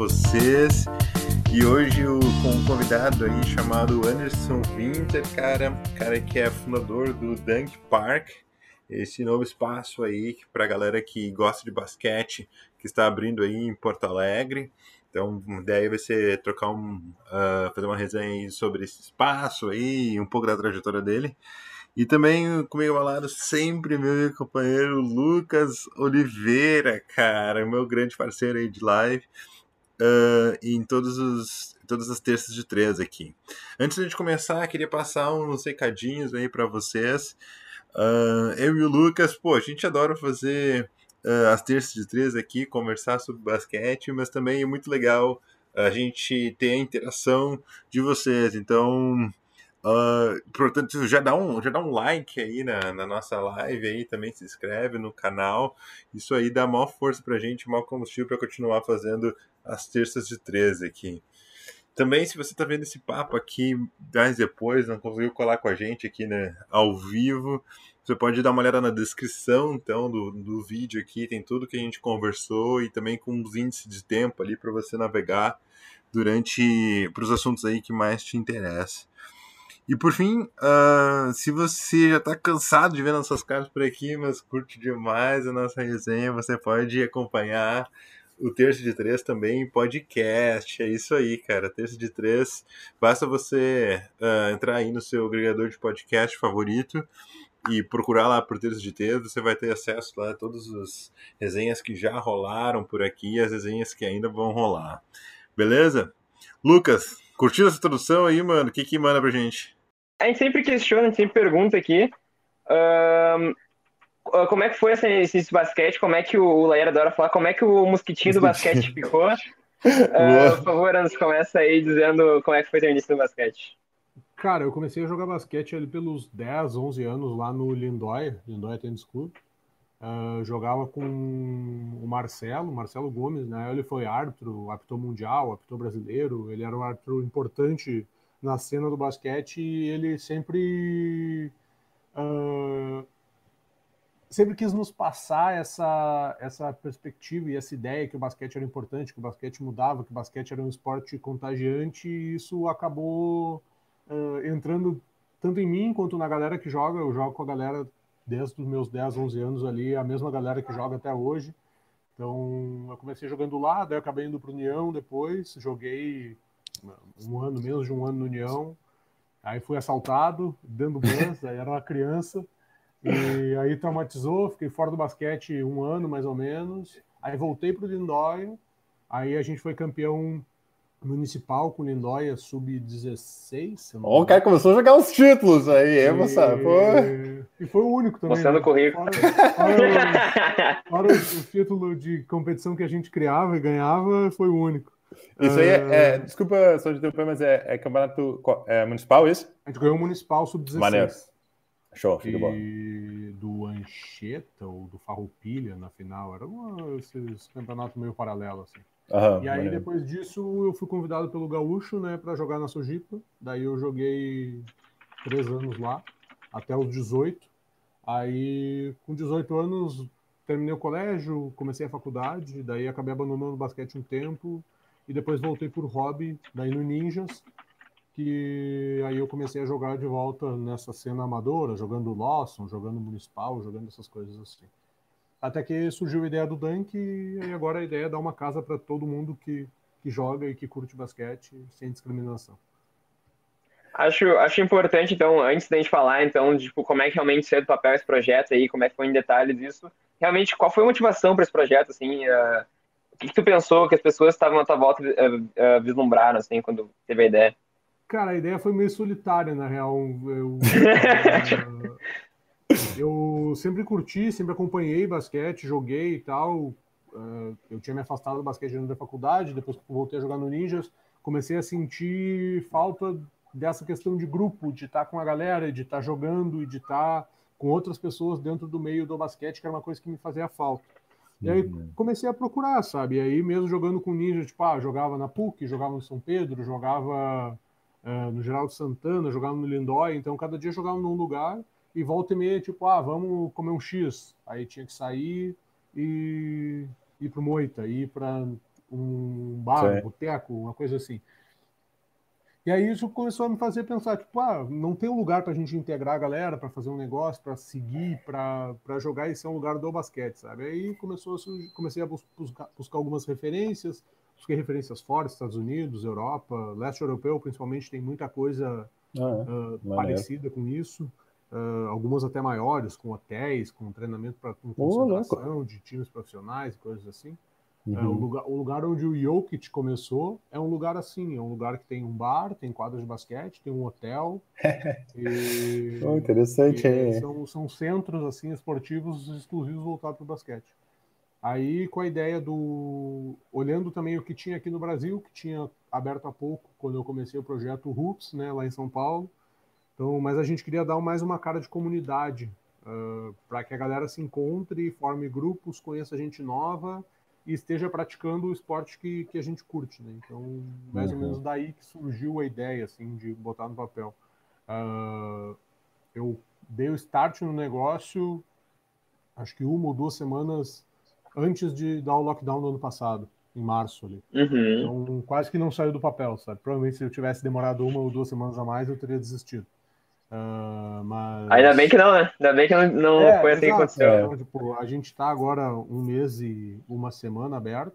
vocês. E hoje com um convidado aí chamado Anderson Winter, cara que é fundador do Dunk Park, esse novo espaço aí para a galera que gosta de basquete, que está abrindo aí em Porto Alegre. Então, a ideia vai ser fazer uma resenha aí sobre esse espaço aí, um pouco da trajetória dele. E também comigo ao lado sempre meu companheiro Lucas Oliveira, cara, meu grande parceiro aí de live, em todas as terças de 3 aqui. Antes de a gente começar, queria passar uns recadinhos aí para vocês. Eu e o Lucas, a gente adora fazer as terças de 3 aqui, conversar sobre basquete, mas também é muito legal a gente ter a interação de vocês. Então, portanto, já dá um like aí na nossa live aí, também se inscreve no canal. Isso aí dá maior força pra gente, maior combustível para continuar fazendo as terças de 13 aqui. Também, se você tá vendo esse papo aqui mais depois, não conseguiu colar com a gente aqui, né, ao vivo, você pode dar uma olhada na descrição, então, do vídeo aqui, tem tudo que a gente conversou e também com os índices de tempo ali para você navegar para os assuntos aí que mais te interessam. E por fim, se você já está cansado de ver nossas caras por aqui, mas curte demais a nossa resenha, você pode acompanhar o Terço de 3 também em podcast. É isso aí, cara. Terço de 3. Basta você entrar aí no seu agregador de podcast favorito e procurar lá por Terço de 3. Você vai ter acesso lá a todas as resenhas que já rolaram por aqui e as resenhas que ainda vão rolar. Beleza? Lucas, curtiu essa introdução aí, mano? O que manda pra gente? A gente sempre questiona, a gente sempre pergunta aqui como é que foi esse basquete, como é que o Laíra adora falar, como é que o mosquitinho do basquete ficou. Por favor, Anderson, começa aí dizendo como é que foi o início do basquete. Cara, eu comecei a jogar basquete ali pelos 10, 11 anos lá no Lindóia Tennis Club. Jogava com o Marcelo Gomes, né? Ele foi árbitro, apitou mundial, apitou brasileiro, ele era um árbitro importante na cena do basquete e ele sempre quis nos passar essa perspectiva e essa ideia que o basquete era importante, que o basquete mudava, que o basquete era um esporte contagiante, e isso acabou entrando tanto em mim quanto na galera que joga. Eu jogo com a galera desde os meus 10, 11 anos ali, a mesma galera que joga até hoje. Então, eu comecei jogando lá, daí eu acabei indo para o União depois, joguei menos de um ano no União, aí fui assaltado, dando bans, aí era uma criança, e aí traumatizou, fiquei fora do basquete um ano mais ou menos, aí voltei para o Lindóia, aí a gente foi campeão municipal com o Lindóia sub-16. O cara começou a jogar os títulos aí, moçada. E foi o único também. Mostrando o currículo. Fora o título de competição que a gente criava e ganhava, foi o único. Isso aí desculpa só de interromper, mas é campeonato municipal, isso? A gente ganhou o municipal sub-16. Maneiro. Show, fica bom. E do Anchieta ou do Farroupilha na final. Era esses campeonatos meio paralelos, assim. E aí, maneiro. Depois disso, eu fui convidado pelo Gaúcho, né, para jogar na Sojipa. Daí eu joguei 3 anos lá, até os 18. Aí, com 18 anos, terminei o colégio, comecei a faculdade, daí acabei abandonando o basquete um tempo, e depois voltei por hobby, daí no Ninjas, que aí eu comecei a jogar de volta nessa cena amadora, jogando Lawson, jogando Municipal, jogando essas coisas assim. Até que surgiu a ideia do Dunk, e agora a ideia é dar uma casa para todo mundo que joga e que curte basquete sem discriminação. Acho importante, então, antes da gente falar, então, de tipo, como é que realmente saiu do papel esse projeto aí, como é que foi em detalhes isso, realmente, qual foi a motivação para esse projeto, assim, o que tu pensou que as pessoas estavam à tua volta vislumbraram, assim, quando teve a ideia? Cara, a ideia foi meio solitária, na real. Eu sempre curti, sempre acompanhei basquete, joguei e tal. Eu tinha me afastado do basquete da faculdade, depois que voltei a jogar no Ninjas, comecei a sentir falta dessa questão de grupo, de estar com a galera, de estar jogando e de estar com outras pessoas dentro do meio do basquete, que era uma coisa que me fazia falta. E aí comecei a procurar, sabe? E aí mesmo jogando com Ninja, tipo, jogava na PUC, jogava no São Pedro, jogava no Geraldo Santana, jogava no Lindóia, então cada dia jogava num lugar. E volta e meia, tipo, vamos comer um X. Aí tinha que sair e ir pro Moita, ir para um bar, um boteco, uma coisa assim. E aí isso começou a me fazer pensar, tipo, não tem um lugar para a gente integrar a galera, para fazer um negócio, para seguir, para jogar e ser um lugar do basquete, sabe? Aí comecei a buscar algumas referências, busquei referências fora, Estados Unidos, Europa, leste europeu principalmente, tem muita coisa parecida com isso, algumas até maiores, com hotéis, com treinamento para concentração de times profissionais e coisas assim. O lugar onde o Jokic começou é um lugar assim, é um lugar que tem um bar, tem quadra de basquete, tem um hotel. Interessante, hein? São centros assim, esportivos exclusivos voltados para o basquete. Aí com a ideia olhando também o que tinha aqui no Brasil, que tinha aberto há pouco, quando eu comecei o projeto Hoops, né, lá em São Paulo. Então, mas a gente queria dar mais uma cara de comunidade, para que a galera se encontre, forme grupos, conheça gente nova e esteja praticando o esporte que a gente curte, né? Então, mais ou menos daí que surgiu a ideia, assim, de botar no papel. Eu dei o start no negócio, acho que 1 ou 2 semanas antes de dar o lockdown no ano passado, em março ali. Então, quase que não saiu do papel, sabe? Provavelmente se eu tivesse demorado 1 ou 2 semanas a mais, eu teria desistido. Mas... Ainda bem que não, né? Ainda bem que não foi assim que aconteceu. Então, tipo, a gente tá agora 1 mês e 1 semana aberto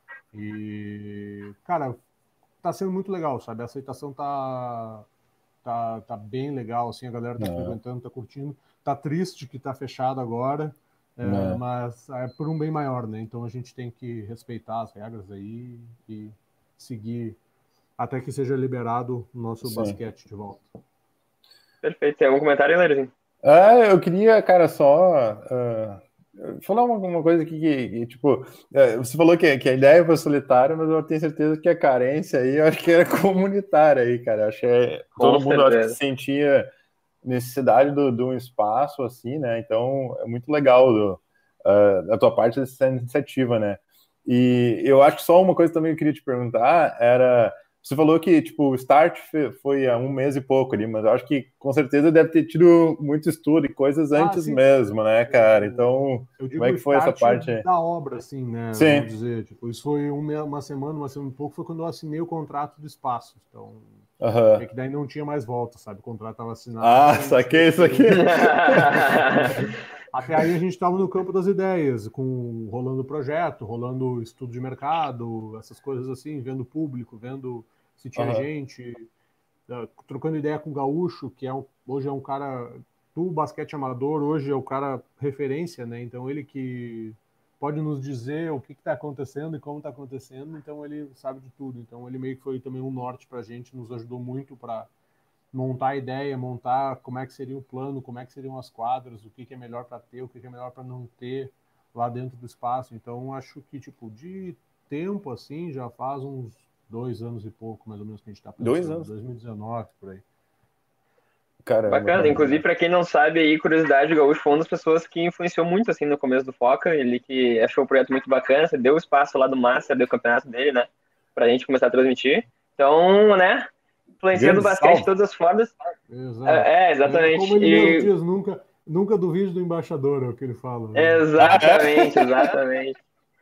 e, cara, tá sendo muito legal, sabe? A aceitação tá bem legal, assim, a galera tá frequentando, tá curtindo. Tá triste que tá fechado agora, mas é por um bem maior, né? Então a gente tem que respeitar as regras aí e seguir até que seja liberado o nosso basquete de volta. Perfeito. Tem algum comentário, Lerzinho? Eu queria, cara, só falar uma coisa aqui que tipo, você falou que a ideia foi solitária, mas eu tenho certeza que a carência aí, eu acho que era comunitária aí, cara. Eu acho que todo mundo acho que sentia necessidade de um espaço assim, né? Então é muito legal da tua parte dessa iniciativa, né? E eu acho que só uma coisa também que eu queria te perguntar era... Você falou que, tipo, o start foi há 1 mês e pouco ali, mas eu acho que com certeza deve ter tido muito estudo e coisas antes mesmo, né, cara? Então, como é que foi essa parte aí? Da obra, assim, né? Sim. Vamos dizer, tipo, isso foi uma semana e pouco, foi quando eu assinei o contrato do espaço. Então, é que daí não tinha mais volta, sabe? O contrato estava assinado. Saquei isso aqui. Até aí a gente estava no campo das ideias, rolando projeto, rolando estudo de mercado, essas coisas assim, vendo público, vendo se tinha gente, trocando ideia com o Gaúcho, que hoje é um cara do basquete amador, hoje é o cara referência, né? Então ele que pode nos dizer o que está acontecendo e como está acontecendo, então ele sabe de tudo. Então ele meio que foi também um norte para a gente, nos ajudou muito para montar a ideia, montar como é que seria o plano, como é que seriam as quadras, o que é melhor para ter, o que é melhor para não ter lá dentro do espaço. Então, acho que, tipo, de tempo, assim, já faz uns 2 anos e pouco, mais ou menos, que a gente está pensando. 2 anos? 2019, por aí. Caramba, bacana. Inclusive, para quem não sabe, aí, curiosidade, o Gaúcho foi uma das pessoas que influenciou muito, assim, no começo do Foca. Ele que achou o projeto muito bacana, você deu espaço lá do Master, deu o campeonato dele, né, pra gente começar a transmitir. Então, né, influenciando o basquete de todas as formas. Exato. Exatamente. Como ele mesmo diz, nunca duvide do embaixador, é o que ele fala. Né? Exatamente.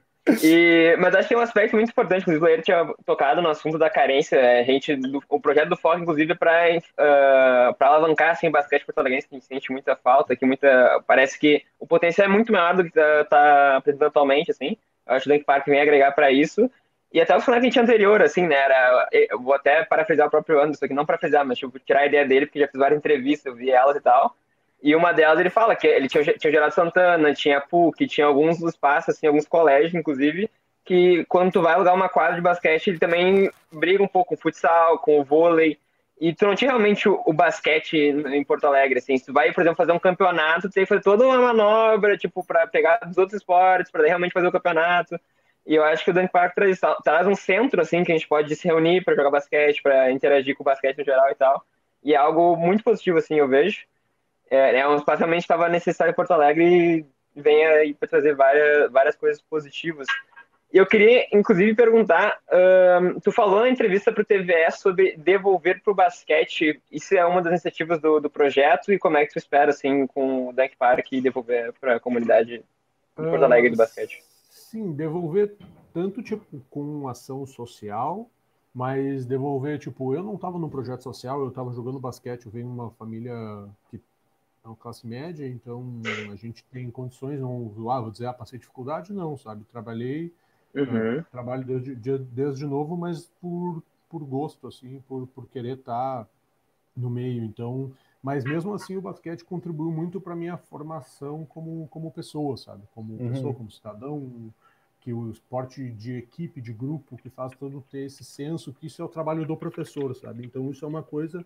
Mas acho que tem um aspecto muito importante, inclusive o Leir tinha tocado no assunto da carência. O projeto do Foco, inclusive, é para alavancar assim, o basquete porto-alegrense, que a gente sente muita falta, parece que o potencial é muito maior do que está apresentando atualmente, assim. Eu acho que o Dunk Park vem agregar para isso. E até o cenário que a gente anterior, assim, né, eu vou até parafrasear o próprio Anderson aqui, não parafrasear, mas tipo, tirar a ideia dele, porque já fiz várias entrevistas, eu vi elas e tal, e uma delas ele fala que ele tinha Geraldo Santana, tinha PUC, tinha alguns espaços, assim, alguns colégios, inclusive, que quando tu vai alugar uma quadra de basquete, ele também briga um pouco com o futsal, com o vôlei, e tu não tinha realmente o basquete em Porto Alegre, assim, se tu vai, por exemplo, fazer um campeonato, tu tem que fazer toda uma manobra, tipo, para pegar dos outros esportes, para realmente fazer o campeonato. E eu acho que o Dunk Park traz um centro, assim, que a gente pode se reunir para jogar basquete, para interagir com o basquete no geral e tal. E é algo muito positivo, assim, eu vejo. Um espaço que realmente estava necessário em Porto Alegre e vem aí para trazer várias coisas positivas. E eu queria, inclusive, perguntar, tu falou na entrevista para o TVE sobre devolver para o basquete. Isso é uma das iniciativas do projeto e como é que tu espera, assim, com o Dunk Park e devolver para a comunidade de Porto Alegre do basquete? Sim, devolver tanto tipo com ação social, mas devolver, tipo, eu não estava num projeto social, eu estava jogando basquete, eu venho de uma família que é uma classe média, então a gente tem condições, não vou dizer, passei dificuldade, não, sabe? Trabalhei, trabalho desde novo, mas por gosto, assim, por querer estar no meio, então, mas mesmo assim o basquete contribuiu muito para minha formação como pessoa, sabe? Como pessoa, como cidadão, que o esporte de equipe, de grupo, que faz todo ter esse senso, que isso é o trabalho do professor, sabe? Então isso é uma coisa.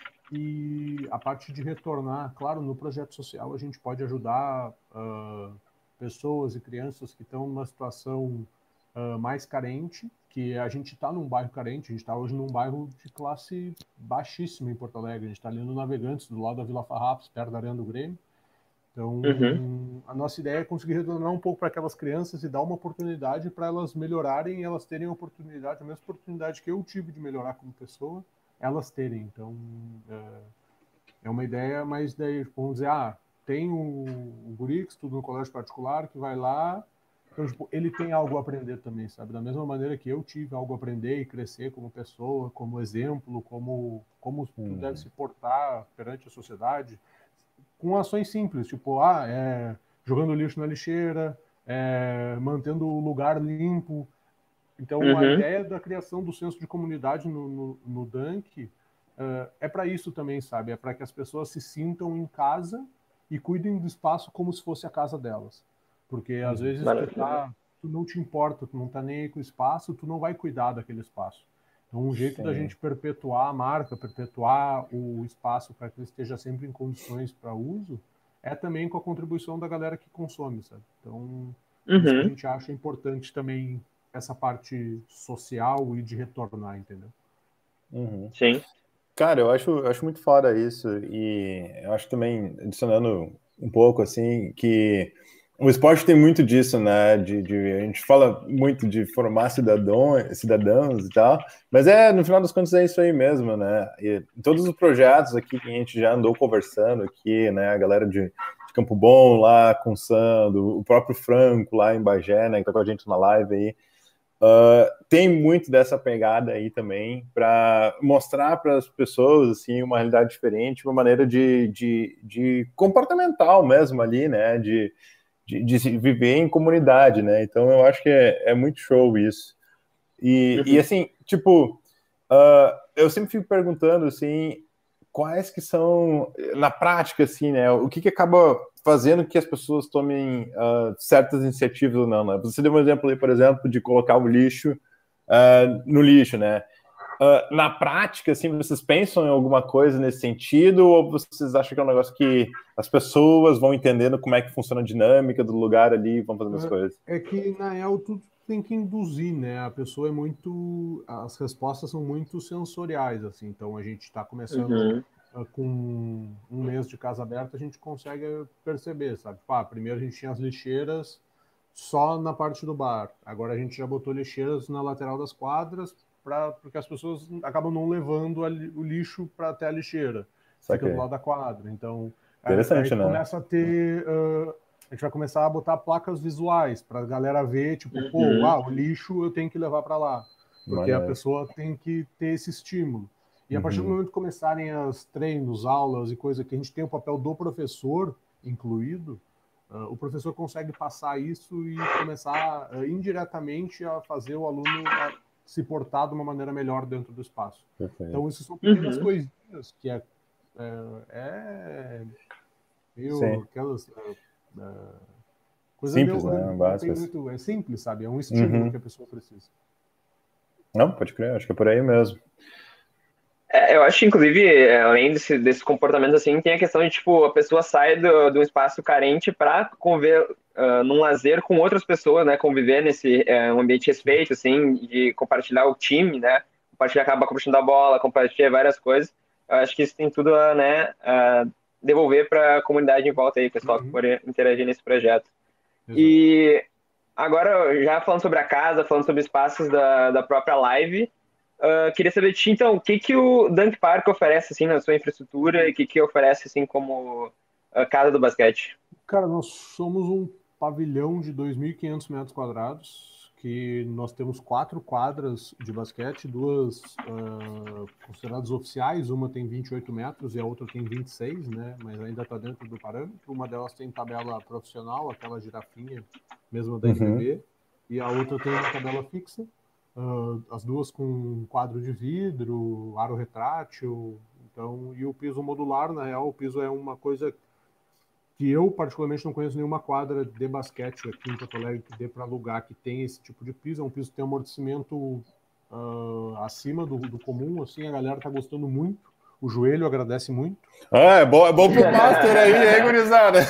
E a parte de retornar, claro, no projeto social a gente pode ajudar pessoas e crianças que estão numa situação mais carente, que a gente está num bairro carente, a gente está hoje num bairro de classe baixíssima em Porto Alegre, a gente está ali no Navegantes, do lado da Vila Farrapos, perto da Arena do Grêmio. Então, a nossa ideia é conseguir retornar um pouco para aquelas crianças e dar uma oportunidade para elas melhorarem e elas terem a oportunidade, a mesma oportunidade que eu tive de melhorar como pessoa, elas terem. Então, é uma ideia, mas daí, vamos dizer, tem o guri que estuda no colégio particular, que vai lá, então, tipo, ele tem algo a aprender também, sabe? Da mesma maneira que eu tive algo a aprender e crescer como pessoa, como exemplo, como tu deve se portar perante a sociedade, com ações simples, tipo, jogando lixo na lixeira, mantendo o lugar limpo. Então, a ideia da criação do senso de comunidade no Dunk é para isso também, sabe? É para que as pessoas se sintam em casa e cuidem do espaço como se fosse a casa delas. Porque, às vezes, tu não te importa, tu não tá nem aí com o espaço, tu não vai cuidar daquele espaço. Então, um jeito da gente perpetuar a marca, perpetuar o espaço para que ele esteja sempre em condições para uso, é também com a contribuição da galera que consome, sabe? Então, isso que a gente acha importante também, essa parte social e de retornar, entendeu? Sim. Cara, eu acho muito foda isso, e eu acho também, adicionando um pouco, assim, que o esporte tem muito disso, né, a gente fala muito de formar cidadãos e tal, mas no final das contas é isso aí mesmo, né, e todos os projetos aqui que a gente já andou conversando aqui, né, a galera de Campo Bom lá com o Sandro, o próprio Franco lá em Bagé, né, que tá com a gente na live aí, tem muito dessa pegada aí também para mostrar para as pessoas assim uma realidade diferente, uma maneira de comportamental mesmo ali, né? De viver em comunidade, né? Então eu acho que é muito show isso. E assim, tipo, eu sempre fico perguntando assim, quais que são, na prática, assim, né? O que acaba fazendo que as pessoas tomem certas iniciativas ou não, né? Você deu um exemplo aí, por exemplo, de colocar o lixo no lixo, né? Na prática, assim, vocês pensam em alguma coisa nesse sentido, ou vocês acham que é um negócio que as pessoas vão entendendo como é que funciona a dinâmica do lugar ali e vão fazendo as coisas? É que, na real, tudo tem que induzir, né? A pessoa as respostas são muito sensoriais, assim. Então, a gente está começando com um mês de casa aberta, a gente consegue perceber, sabe? Primeiro a gente tinha as lixeiras só na parte do bar. Agora a gente já botou lixeiras na lateral das quadras, porque as pessoas acabam não levando o lixo para até a lixeira. Fica do lado da quadra. Então, interessante, né? Começa a ter... a gente vai começar a botar placas visuais para a galera ver, tipo, o lixo eu tenho que levar para lá. Porque a pessoa tem que ter esse estímulo. E a partir do momento que começarem as treinos, aulas e coisa que a gente tem o papel do professor incluído, o professor consegue passar isso e começar indiretamente a fazer o aluno se portar de uma maneira melhor dentro do espaço. Perfeito. Então, isso são pequenas coisinhas que aquelas coisas simples, né? Básicas. É simples, sabe? É um estímulo que a pessoa precisa. Não, pode crer, acho que é por aí mesmo. Eu acho, inclusive, além desse comportamento assim, tem a questão de, tipo, a pessoa sai de um espaço carente para conviver num lazer com outras pessoas, né? Conviver nesse um ambiente de respeito, assim, de compartilhar o time, né? Acaba compartilhando a bola, compartilhar várias coisas. Eu acho que isso tem tudo a devolver para a comunidade em volta aí, pessoal que for interagir nesse projeto. Exato. E agora, já falando sobre a casa, falando sobre espaços da própria live, queria saber de ti, então, o que o Dunk Park oferece, assim, na sua infraestrutura e o que oferece, assim, como casa do basquete? Cara, nós somos um pavilhão de 2.500 metros quadrados, que nós temos 4 quadras de basquete, 2 consideradas oficiais, uma tem 28 metros e a outra tem 26, né? Mas ainda está dentro do parâmetro. Uma delas tem tabela profissional, aquela girafinha, mesmo da NBB, e a outra tem uma tabela fixa. As duas com quadro de vidro, aro retrátil, então, e o piso modular, na real, o piso é uma coisa que eu particularmente não conheço nenhuma quadra de basquete aqui em Porto Alegre que dê para alugar, que tem esse tipo de piso. É um piso que tem amortecimento acima do comum, assim, a galera tá gostando muito. O joelho agradece muito. É bom pro Master aí, hein, gurizada?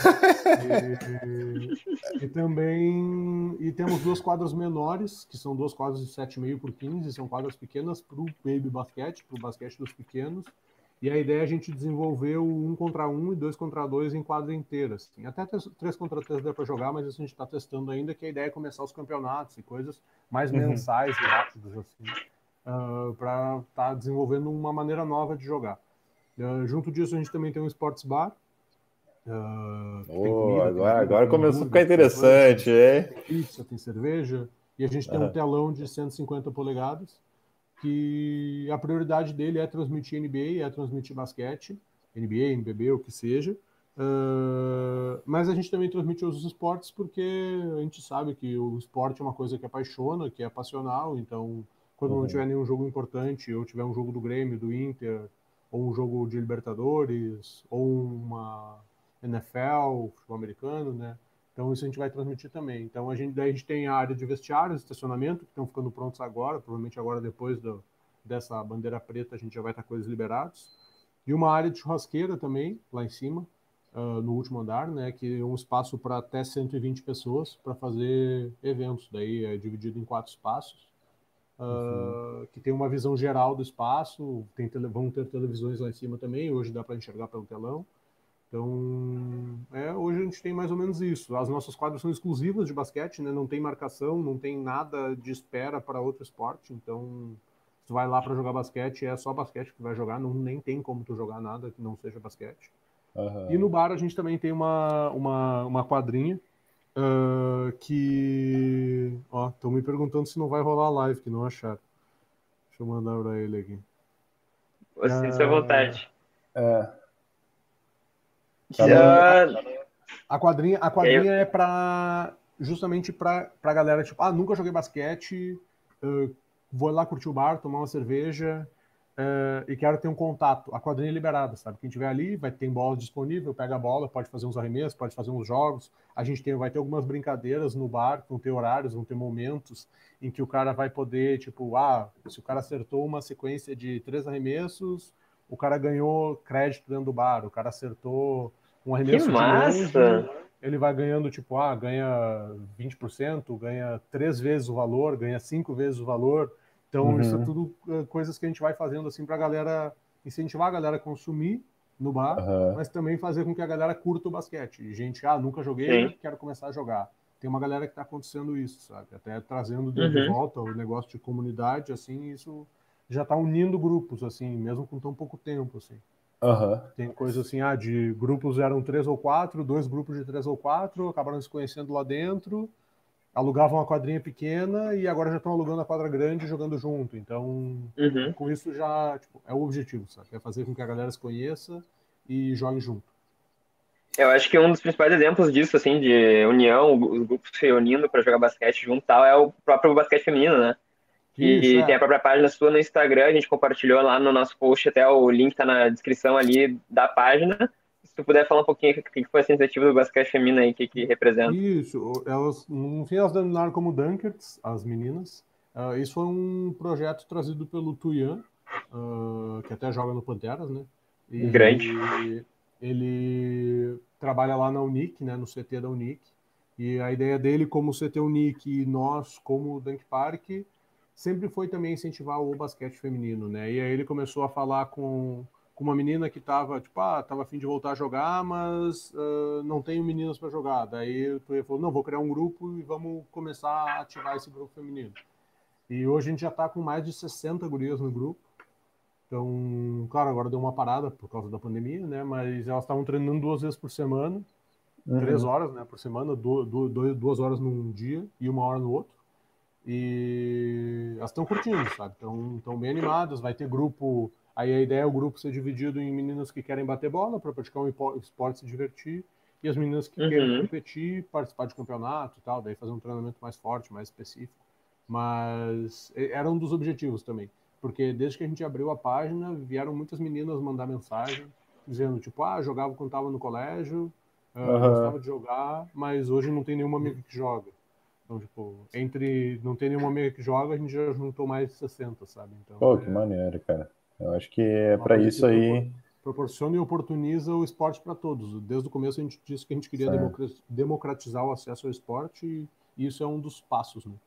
E também temos 2 quadras menores, que são 2 quadras de 7,5 por 15, são quadras pequenas para o baby basquete, para o basquete dos pequenos. E a ideia é a gente desenvolver o 1 contra 1 e 2 contra 2 em quadra inteira. Assim. Até 3 contra 3 dá para jogar, mas isso a gente está testando ainda, que a ideia é começar os campeonatos e coisas mais mensais e rápidas, assim, para estar desenvolvendo uma maneira nova de jogar. Junto disso, a gente também tem um sports bar. Agora começou a ficar interessante, hein? Tem pizza, tem cerveja. E a gente tem um telão de 150 polegadas, que a prioridade dele é transmitir NBA, é transmitir basquete, NBA, NBB, o que seja. Mas a gente também transmite outros esportes porque a gente sabe que o esporte é uma coisa que apaixona, que é passional. Então, quando não tiver nenhum jogo importante, ou tiver um jogo do Grêmio, do Inter, ou um jogo de Libertadores, ou uma NFL, futebol americano, né? Então isso a gente vai transmitir também. Então daí a gente tem a área de vestiários, estacionamento, que estão ficando prontos agora, provavelmente agora depois dessa bandeira preta a gente já vai estar com eles liberados. E uma área de churrasqueira também, lá em cima, no último andar, né? Que é um espaço para até 120 pessoas para fazer eventos. Daí é dividido em 4 espaços, que tem uma visão geral do espaço, vão ter televisões lá em cima também, hoje dá para enxergar pelo telão. Então, hoje a gente tem mais ou menos isso. As nossas quadras são exclusivas de basquete, né? Não tem marcação, não tem nada de espera para outro esporte. Então, se tu vai lá para jogar basquete, é só basquete que tu vai jogar, nem tem como tu jogar nada que não seja basquete. E no bar a gente também tem uma quadrinha que... Ó, estão me perguntando se não vai rolar a live, que não acharam. Deixa eu mandar para ele aqui. Sinta-se à vontade. A quadrinha é justamente pra galera, tipo, nunca joguei basquete, vou lá curtir o bar, tomar uma cerveja e quero ter um contato. A quadrinha é liberada, sabe? Quem tiver ali vai ter bola disponível, pega a bola, pode fazer uns arremessos, pode fazer uns jogos. A gente vai ter algumas brincadeiras no bar, vão ter horários, vão ter momentos em que o cara vai poder, tipo, se o cara acertou uma sequência de 3 arremessos, o cara ganhou crédito dentro do bar, o cara acertou um arremesso de longe, ele vai ganhando, tipo, ganha 20%, ganha 3 vezes o valor, ganha 5 vezes o valor. Então, isso é tudo coisas que a gente vai fazendo, assim, pra galera, incentivar a galera a consumir no bar, mas também fazer com que a galera curta o basquete. Gente, nunca joguei, quero começar a jogar. Tem uma galera que tá acontecendo isso, sabe? Até trazendo de volta o negócio de comunidade, assim, isso já tá unindo grupos, assim, mesmo com tão pouco tempo, assim. Tem coisa assim, de grupos eram 3 ou 4, 2 grupos de 3 ou 4, acabaram se conhecendo lá dentro, alugavam uma quadrinha pequena e agora já estão alugando a quadra grande e jogando junto. Então, com isso já é o objetivo, sabe? É fazer com que a galera se conheça e jogue junto. Eu acho que um dos principais exemplos disso, assim, de união, os grupos se reunindo para jogar basquete junto e tal, é o próprio basquete feminino, né? E tem a própria página sua no Instagram, a gente compartilhou lá no nosso post, até o link tá na descrição ali da página. Se tu puder falar um pouquinho o que foi essa iniciativa do basquete feminino aí, o que representa. Isso, no fim elas denominaram como Dunkers, as meninas. Isso foi um projeto trazido pelo Tuyan, que até joga no Panteras, né? Grande. Ele trabalha lá na Unic, né, no CT da Unic. E a ideia dele, como CT Unic e nós, como Dunk Park, sempre foi também incentivar o basquete feminino, né? E aí ele começou a falar com uma menina que estava, tipo, tava a fim de voltar a jogar, mas não tenho meninas para jogar. Daí o Tuia falou, não, vou criar um grupo e vamos começar a ativar esse grupo feminino. E hoje a gente já está com mais de 60 gurias no grupo. Então, claro, agora deu uma parada por causa da pandemia, né? Mas elas estavam treinando 2 vezes por semana, 3 horas, né, por semana, 2 horas num dia e 1 hora no outro. E elas estão curtindo, sabe? Estão bem animadas, vai ter grupo. Aí a ideia é o grupo ser dividido em meninas que querem bater bola para praticar um esporte, se divertir, e as meninas que querem competir, participar de campeonato e tal, daí fazer um treinamento mais forte, mais específico. Mas era um dos objetivos também, porque desde que a gente abriu a página, vieram muitas meninas mandar mensagem, dizendo, tipo, jogava quando estava no colégio, gostava de jogar, mas hoje não tem nenhuma amiga que joga. Então, tipo, não tem nenhuma amiga que joga, a gente já juntou mais de 60, sabe? Então, Pô, que maneiro, cara. Eu acho que é para isso aí. Proporciona e oportuniza o esporte para todos. Desde o começo a gente disse que a gente queria democratizar o acesso ao esporte e isso é um dos passos, né?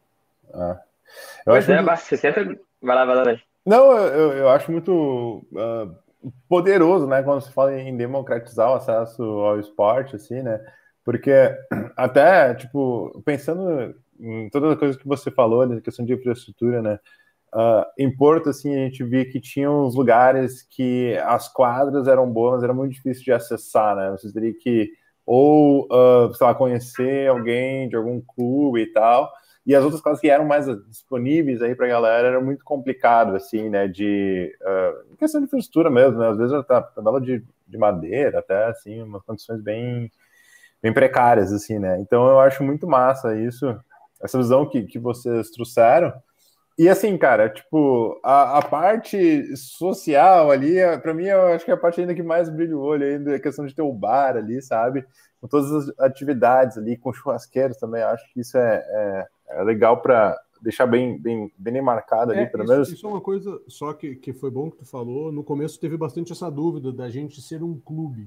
Pois é, 60... Vai lá. Não, eu acho muito poderoso, né, quando se fala em democratizar o acesso ao esporte, assim, né? Porque até, tipo, pensando em todas as coisas que você falou, na questão de infraestrutura, né? Em Porto, assim, a gente via que tinha uns lugares que as quadras eram boas, mas era muito difícil de acessar, né? Você teria que ou, sei lá, conhecer alguém de algum clube e tal, e as outras coisas que eram mais disponíveis aí pra galera era muito complicado, assim, né? Questão de infraestrutura mesmo, né? Às vezes eu andava de madeira até, assim, umas condições bem precárias, assim, né? Então eu acho muito massa isso, essa visão que vocês trouxeram. E assim, cara, tipo, a parte social ali, pra mim, eu acho que é a parte ainda que mais brilha o olho ainda, é a questão de ter o bar ali, sabe? Com todas as atividades ali, com churrasqueiros também, eu acho que isso é legal para deixar bem marcado ali, pelo menos. Isso é uma coisa só que foi bom que tu falou. No começo teve bastante essa dúvida da gente ser um clube.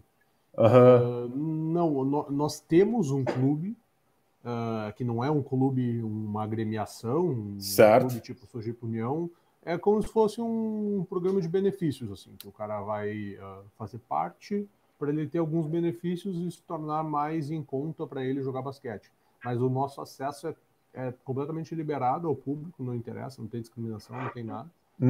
Não, nós temos um clube, que não é um clube, uma agremiação, um clube tipo Sojipa União, é como se fosse um programa de benefícios, assim, que o cara vai fazer parte para ele ter alguns benefícios e se tornar mais em conta para ele jogar basquete. Mas o nosso acesso é completamente liberado ao público, não interessa, não tem discriminação, não tem nada.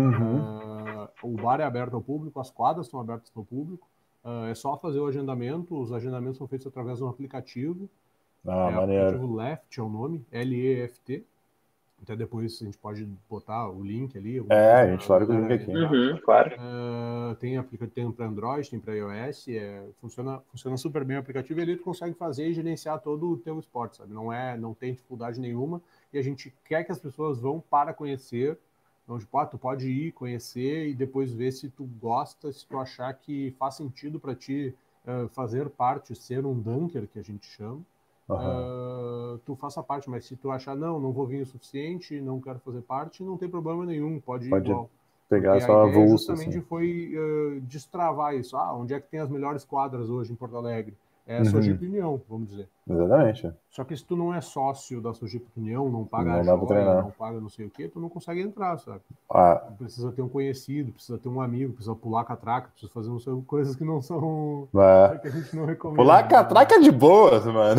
O bar é aberto ao público, as quadras estão abertas ao público, é só fazer o agendamento, os agendamentos são feitos através de um aplicativo. Aplicativo Left é o nome, L-E-F-T. Até depois a gente pode botar o link ali. A gente larga o link aqui. Claro. Tem aplicativo para Android, tem para iOS. Funciona super bem o aplicativo e ali tu consegue fazer e gerenciar todo o teu esporte, sabe? Não tem dificuldade nenhuma e a gente quer que as pessoas vão para conhecer. Então, tipo, tu pode ir conhecer e depois ver se tu gosta, se tu achar que faz sentido para ti fazer parte, ser um dunker, que a gente chama. Tu faça parte, mas se tu achar, não vou vir o suficiente, não quero fazer parte, não tem problema nenhum, pode ir igual. Pegar só a avulso, justamente assim. Foi destravar isso. Onde é que tem as melhores quadras hoje em Porto Alegre? É a Sojipa União, vamos dizer. Exatamente. Só que se tu não é sócio da Sojipa União, não paga a joia, não paga não sei o que, tu não consegue entrar, sabe? Precisa ter um conhecido, precisa ter um amigo, precisa pular catraca, precisa fazer coisas que não são... que a gente não recomenda. Pular catraca de boas, mano.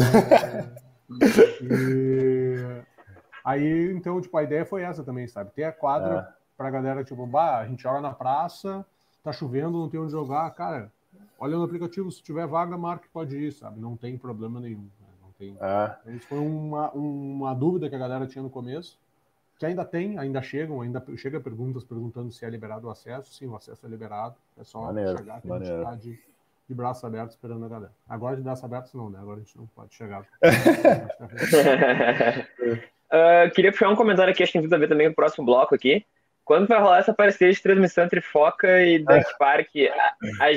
Aí, então, tipo, a ideia foi essa também, sabe? Ter a quadra pra galera, tipo, a gente joga na praça, tá chovendo, não tem onde jogar, cara... Olha no aplicativo, se tiver vaga, marque, pode ir, sabe? Não tem problema nenhum. Né? Não tem... Isso foi uma dúvida que a galera tinha no começo, que ainda chega perguntas perguntando se é liberado o acesso. Sim, o acesso é liberado. É só chegar que a gente tá de braços abertos esperando a galera. Agora de braços abertos não, né? Agora a gente não pode chegar. Queria puxar um comentário aqui, acho que tem tudo a ver também com o próximo bloco aqui. Quando vai rolar essa parceria de transmissão entre Foca e Dunk Park? A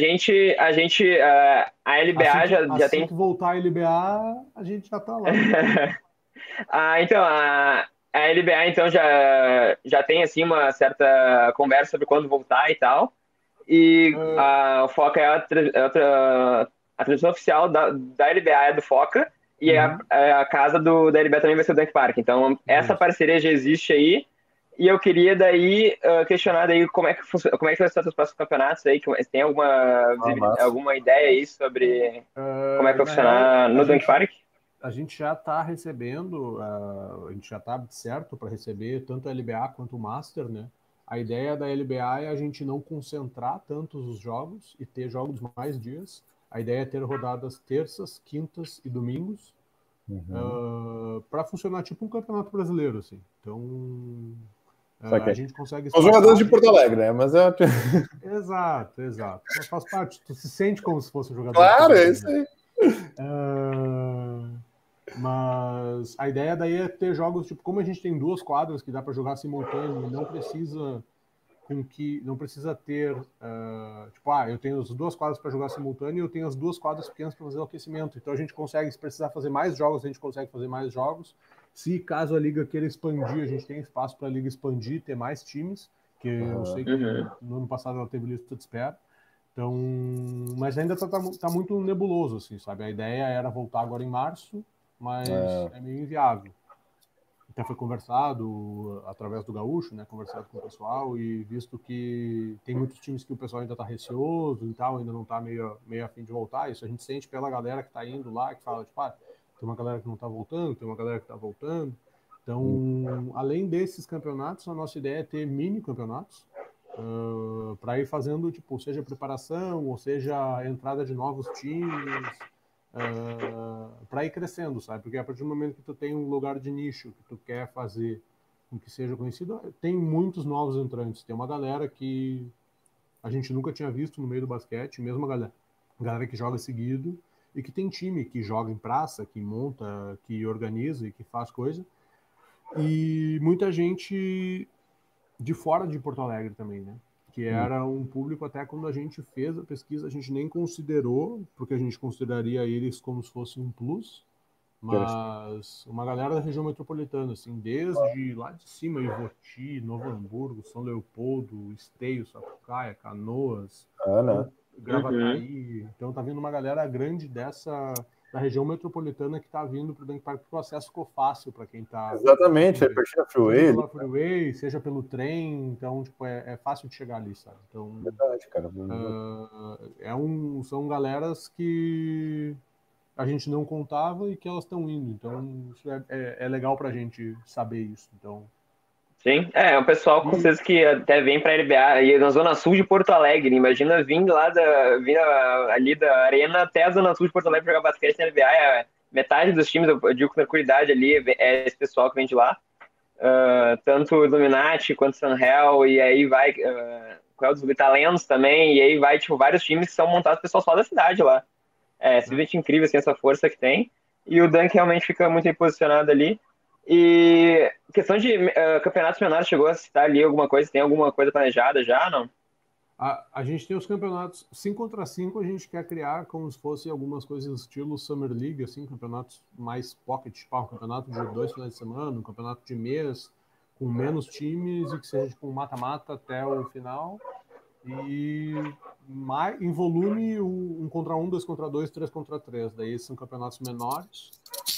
LBA já tem... Assim que voltar a LBA, a gente já tá lá. Então, a LBA então já tem assim uma certa conversa sobre quando voltar e tal. E a Foca é a transmissão oficial da LBA é do Foca e a casa da LBA também vai ser o Dunk Park. Então, essa parceria já existe aí. E eu queria daí questionar daí como é que vai ser os próximos campeonatos aí, tem alguma ideia aí sobre como é que vai funcionar no Dunk Park? A gente já está recebendo, a gente já está certo para receber tanto a LBA quanto o Master, né? A ideia da LBA é a gente não concentrar tantos os jogos e ter jogos mais dias. A ideia é ter rodadas terças, quintas e domingos, para funcionar tipo um campeonato brasileiro, assim. Então, a gente consegue... Os jogadores de Porto Alegre, né? Mas Exato. Faz parte. Tu se sente como se fosse um jogador. Claro, é isso aí. Mas a ideia daí é ter jogos, tipo, como a gente tem 2 quadras que dá para jogar simultâneo e não precisa ter, tipo, eu tenho as 2 quadras para jogar simultâneo e eu tenho as 2 quadras pequenas para fazer o aquecimento. Então a gente consegue, se precisar fazer mais jogos, a gente consegue fazer mais jogos. Se caso a liga queira expandir, a gente tem espaço para a liga expandir, ter mais times, que eu sei que no ano passado ela teve lista de espera. Então, mas ainda tá muito nebuloso, assim, sabe? A ideia era voltar agora em março, mas é meio inviável. Até foi conversado através do Gaúcho, né? Conversado com o pessoal e visto que tem muitos times que o pessoal ainda tá receoso e tal, ainda não tá meio a fim de voltar. Isso a gente sente pela galera que tá indo lá, que fala, tipo, tem uma galera que não tá voltando, tem uma galera que tá voltando. Então, além desses campeonatos, a nossa ideia é ter mini campeonatos para ir fazendo, tipo, seja preparação, ou seja a entrada de novos times, para ir crescendo, sabe? Porque a partir do momento que tu tem um lugar de nicho que tu quer fazer com que seja conhecido, tem muitos novos entrantes. Tem uma galera que a gente nunca tinha visto no meio do basquete, mesmo a galera que joga seguido e que tem time que joga em praça, que monta, que organiza e que faz coisa. E muita gente de fora de Porto Alegre também, né? Que era um público, até quando a gente fez a pesquisa, a gente nem considerou, porque a gente consideraria eles como se fosse um plus, mas uma galera da região metropolitana, assim, desde lá de cima, Ivoti, Novo Hamburgo, São Leopoldo, Esteio, Sapucaia, Canoas, Gravataí. Então tá vindo uma galera grande da região metropolitana que tá vindo pro Dunk Park, porque o acesso ficou fácil para quem tá... Exatamente, aí pertinho da Freeway. Seja pela Freeway, seja pelo trem, então, tipo, é fácil de chegar ali, sabe? Então, verdade, cara. São galeras que a gente não contava e que elas estão indo, então isso é legal pra gente saber isso, então... Sim, o pessoal com certeza que até vem pra LBA, e na zona sul de Porto Alegre, imagina vir ali da arena até a zona sul de Porto Alegre pra jogar basquete na LBA, metade dos times, eu digo com tranquilidade ali, é esse pessoal que vem de lá, tanto o Illuminati quanto o Sunhell, e aí vai, qual é o Talentos também, e aí vai, tipo, vários times que são montados pessoal só da cidade lá. Simplesmente incrível, assim, essa força que tem, e o Dunk realmente fica muito bem posicionado ali. E questão de campeonatos menores, chegou a citar ali alguma coisa? Tem alguma coisa planejada já, não? A gente tem os campeonatos 5 contra 5, a gente quer criar como se fosse algumas coisas estilo Summer League, assim, campeonatos mais pocket, tipo, um campeonato de 2 finais de semana, um campeonato de mês, com menos times e que seja tipo um mata-mata até o final. E em volume, 1 contra 1, 2 contra 2, 3 contra 3. Daí são campeonatos menores.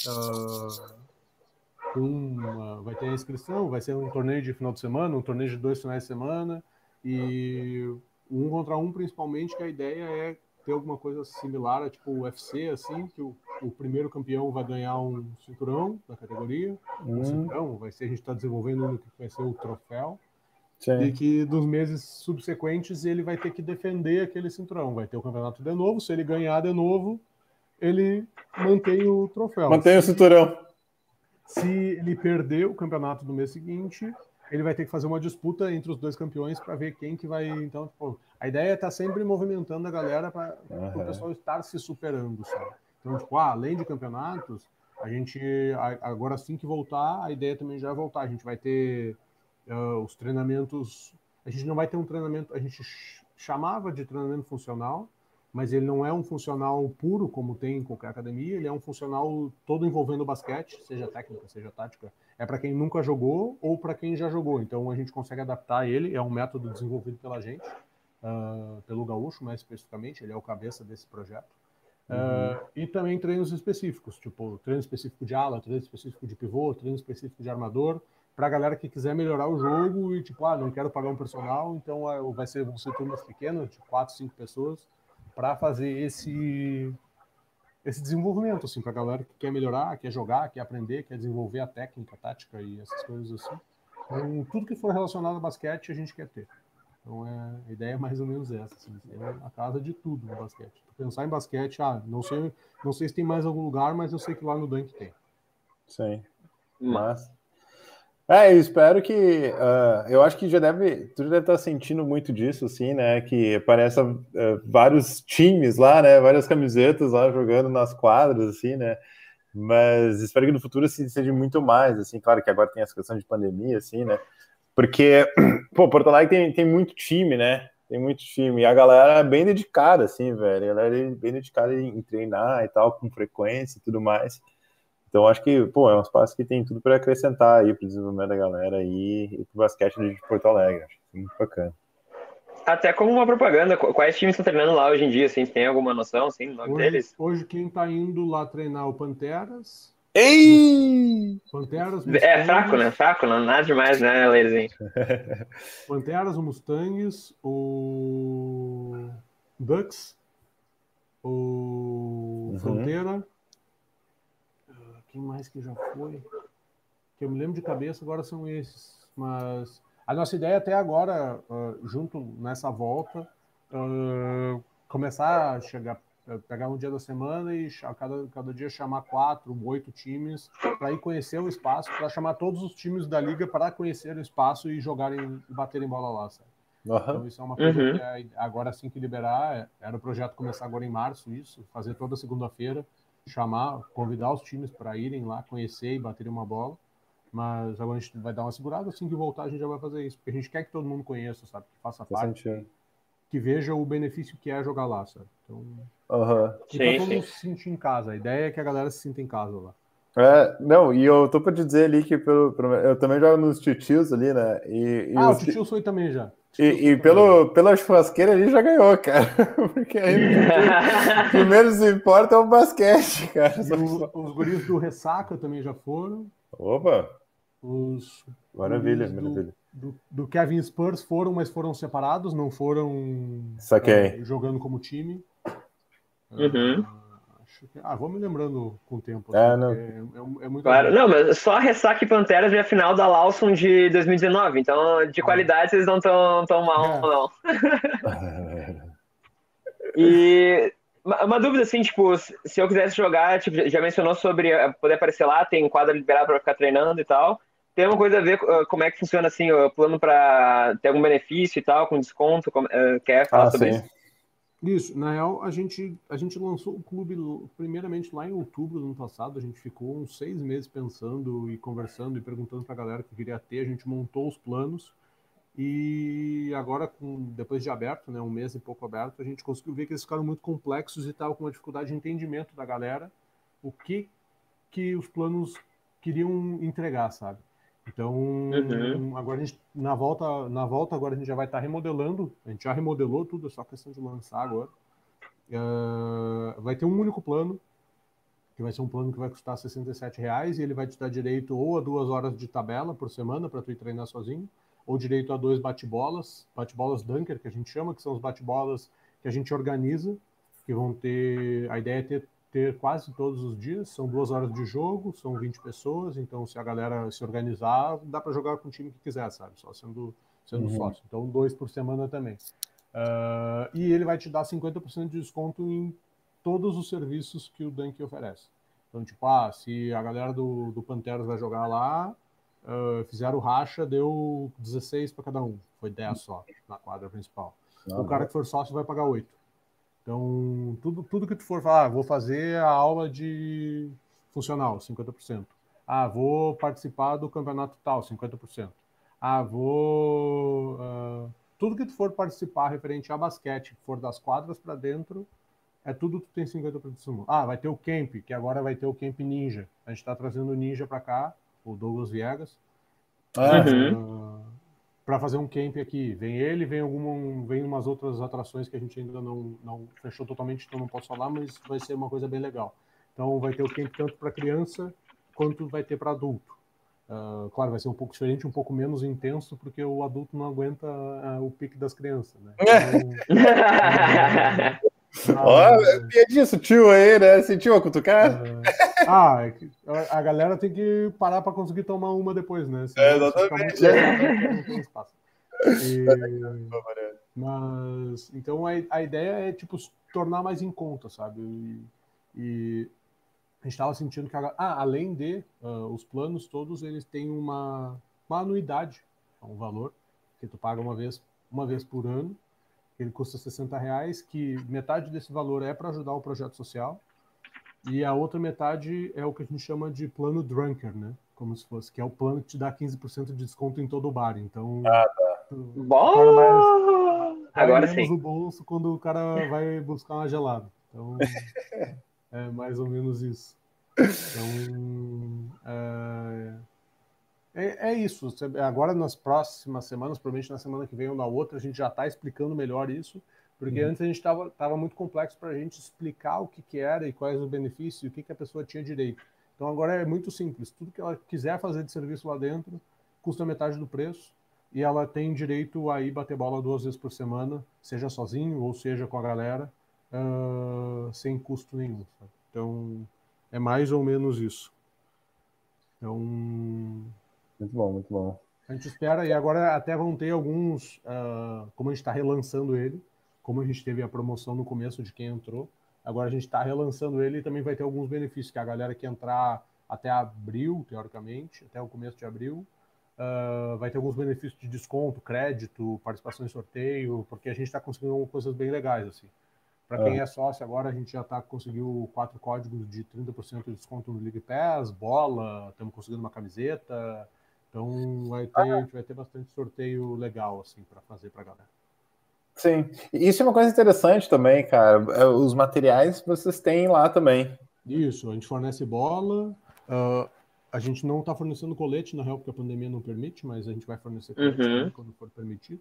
Vai ter a inscrição, vai ser um torneio de final de semana, um torneio de 2 finais de semana, e 1 contra 1 principalmente, que a ideia é ter alguma coisa similar a tipo o UFC, assim, que o primeiro campeão vai ganhar um cinturão da categoria, um cinturão, a gente está desenvolvendo o que vai ser o troféu, e que dos meses subsequentes ele vai ter que defender aquele cinturão, vai ter o campeonato de novo, se ele ganhar de novo, ele mantém o troféu. Mantém o cinturão. Se ele perder o campeonato do mês seguinte, ele vai ter que fazer uma disputa entre os 2 campeões para ver quem que vai... Então, tipo, a ideia é estar sempre movimentando a galera para o pessoal estar se superando, sabe? Então, tipo, além de campeonatos, a gente, agora assim que voltar, a ideia também já é voltar. A gente vai ter os treinamentos... A gente não vai ter um treinamento... A gente chamava de treinamento funcional, mas ele não é um funcional puro, como tem em qualquer academia, ele é um funcional todo envolvendo o basquete, seja técnica, seja tática. É para quem nunca jogou ou para quem já jogou. Então a gente consegue adaptar ele, é um método desenvolvido pela gente, pelo Gaúcho mais especificamente, ele é o cabeça desse projeto. E também treinos específicos, tipo treino específico de ala, treino específico de pivô, treino específico de armador, para a galera que quiser melhorar o jogo e tipo, não quero pagar um personal, então vão ser turmas pequenas, de 4, 5 pessoas, para fazer esse desenvolvimento, assim, para a galera que quer melhorar, quer jogar, quer aprender, quer desenvolver a técnica, a tática e essas coisas assim. Então, tudo que for relacionado ao basquete, a gente quer ter. Então, a ideia é mais ou menos essa, assim, é a casa de tudo no basquete. Pensar em basquete, não sei se tem mais algum lugar, mas eu sei que lá no Dunk tem. Sim. Mas... eu espero que... eu acho que tu já deve estar sentindo muito disso, assim, né? Que aparecem vários times lá, né? Várias camisetas lá jogando nas quadras, assim, né? Mas espero que no futuro assim, seja muito mais, assim, claro que agora tem essa questão de pandemia, assim, né? Porque, pô, Porto Alegre tem muito time, né? Tem muito time. E a galera é bem dedicada, assim, velho. A galera é bem dedicada em treinar e tal, com frequência e tudo mais. Então, acho que, pô, é um espaço que tem tudo para acrescentar aí pro desenvolvimento da galera aí e pro basquete de Porto Alegre. Acho que é muito bacana. Até como uma propaganda, quais times estão treinando lá hoje em dia, assim, tem alguma noção, assim, do nome deles? Hoje quem tá indo lá treinar é o Panteras. Ei! Panteras, Mustangs. É fraco, né? Fraco, não, nada demais, né, Leizinho? Panteras, o Mustangs, o Ducks, o Fronteira. Quem mais que já foi? Que eu me lembro de cabeça, agora são esses. Mas a nossa ideia até agora, junto nessa volta, começar a chegar, pegar um dia da semana e cada dia chamar 4, 8 times para ir conhecer o espaço, para chamar todos os times da liga para conhecer o espaço e jogarem e baterem bola lá, sabe? Então isso é uma coisa que agora assim que liberar, era o projeto começar agora em março, isso, fazer toda segunda-feira, convidar os times para irem lá conhecer e baterem uma bola. Mas agora a gente vai dar uma segurada, assim que voltar a gente já vai fazer isso, porque a gente quer que todo mundo conheça, sabe, que faça parte, que veja o benefício que é jogar lá, sabe? Então, e para todo mundo se sentir em casa, a ideia é que a galera se sinta em casa lá. Não, e eu tô pra te dizer ali que eu também jogo nos titios ali, né? O titio foi também já. Pela churrasqueira ele já ganhou, cara. Porque aí o primeiro se importa é o basquete, cara. Os guris do Ressaca também já foram. Opa! Maravilha. Do Kevin Spurs foram, mas foram separados, não foram jogando como time. Vou me lembrando com o tempo. É muito claro, não, mas só a Ressaca e Panteras é a final da Lawson de 2019, então de qualidade vocês não estão tão mal, não. E uma dúvida, assim, tipo, se eu quisesse jogar, tipo, já mencionou sobre poder aparecer lá, tem quadra liberada para ficar treinando e tal. Tem alguma coisa a ver como é que funciona, assim, o plano para ter algum benefício e tal, com desconto? Quer falar sobre isso? Isso, na real, a gente lançou o clube primeiramente lá em outubro do ano passado, a gente ficou uns 6 meses pensando e conversando e perguntando pra galera o que queria ter, a gente montou os planos e agora, depois de aberto, né, um mês e pouco aberto, a gente conseguiu ver que eles ficaram muito complexos e estavam com uma dificuldade de entendimento da galera, o que os planos queriam entregar, sabe? Então, agora a gente, na volta agora a gente já vai estar remodelando, a gente já remodelou tudo, é só questão de lançar agora. Vai ter um único plano, que vai ser um plano que vai custar R$67, e ele vai te dar direito ou a 2 horas de tabela por semana para tu ir treinar sozinho, ou direito a 2 bate-bolas dunker, que a gente chama, que são os bate-bolas que a gente organiza, que vão ter, a ideia é ter quase todos os dias, são 2 horas de jogo, são 20 pessoas, então se a galera se organizar, dá para jogar com o time que quiser, sabe? Só sendo sócio. Então 2 por semana também. E ele vai te dar 50% de desconto em todos os serviços que o Dunk oferece. Então, tipo, se a galera do Panteras vai jogar lá, fizeram o racha, deu 16 para cada um. Foi 10 só na quadra principal. O cara que for sócio vai pagar 8. Então, tudo que tu for falar, vou fazer a aula de funcional, 50%. Vou participar do campeonato tal, 50%. Tudo que tu for participar referente a basquete, que for das quadras para dentro, tudo tu tem 50%. Vai ter o camp, que agora vai ter o camp ninja. A gente está trazendo o ninja para cá, o Douglas Viegas. Para fazer um camp aqui. Vem ele, vem umas outras atrações que a gente ainda não fechou totalmente, então não posso falar, mas vai ser uma coisa bem legal. Então vai ter o camp tanto para criança quanto vai ter para adulto. Claro, vai ser um pouco diferente, um pouco menos intenso, porque o adulto não aguenta o pique das crianças, né? Piadinha sutil aí, né? Sentiu a cutucar? A galera tem que parar para conseguir tomar uma depois, né? Senão, exatamente. Não tem espaço. Mas, então, a ideia é, tipo, tornar mais em conta, sabe? E a gente estava sentindo que além de os planos todos, eles têm uma anuidade, um valor que tu paga uma vez por ano, que ele custa R$60, que metade desse valor é para ajudar o projeto social, e a outra metade é o que a gente chama de plano Drunker, né? Como se fosse, que é o plano que te dá 15% de desconto em todo o bar. Então, Bom! Agora menos sim. o bolso quando o cara vai buscar uma gelada. Então, é mais ou menos isso. Então, é isso. Agora, nas próximas semanas, provavelmente na semana que vem ou na outra, a gente já está explicando melhor isso, porque antes a gente estava muito complexo para a gente explicar o que era e quais os benefícios e o que a pessoa tinha direito. Então, agora é muito simples. Tudo que ela quiser fazer de serviço lá dentro custa metade do preço e ela tem direito a ir bater bola 2 vezes por semana, seja sozinho ou seja com a galera, sem custo nenhum. Sabe? Então, é mais ou menos isso. Então... Muito bom, muito bom. A gente espera, e agora até vão ter alguns, como a gente está relançando ele, como a gente teve a promoção no começo de quem entrou, agora a gente está relançando ele e também vai ter alguns benefícios, que a galera que entrar até abril, teoricamente, até o começo de abril, vai ter alguns benefícios de desconto, crédito, participação em sorteio, porque a gente está conseguindo coisas bem legais, assim. Para quem é sócio agora, a gente já conseguiu 4 códigos de 30% de desconto no League Pass, bola, estamos conseguindo uma camiseta. Então a gente vai ter bastante sorteio legal assim para fazer para a galera. Sim, isso é uma coisa interessante também, cara. Os materiais vocês têm lá também. Isso, a gente fornece bola. A gente não está fornecendo colete, na real, porque a pandemia não permite, mas a gente vai fornecer colete quando for permitido.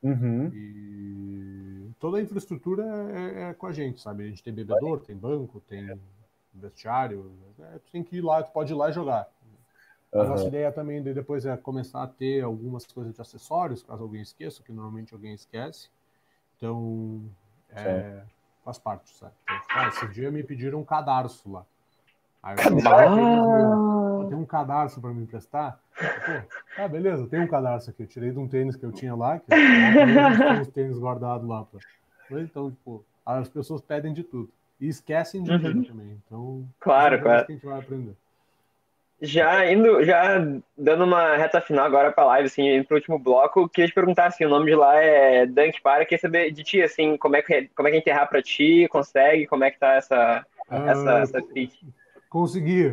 E toda a infraestrutura é com a gente, sabe? A gente tem bebedor, tem banco, tem vestiário. Tu tem que ir lá, tu pode ir lá e jogar. A nossa ideia também depois é começar a ter algumas coisas de acessórios, caso alguém esqueça, que normalmente alguém esquece. Então, faz parte, sabe? Então, esse dia me pediram um cadarço lá. Aí eu tem um cadarço para me emprestar? Pô, beleza, tem um cadarço aqui. Eu tirei de um tênis que eu tinha lá, que tem uns tênis guardados lá. Então, tipo, as pessoas pedem de tudo. E esquecem de tudo também. Então, claro. Que a gente vai aprender. Já dando uma reta final agora pra live, assim, indo pro último bloco, queria te perguntar, assim, o nome de lá é Dunk Park, queria saber de ti, assim, como é que é enterrar pra ti, consegue, como é que tá essa fit? Consegui.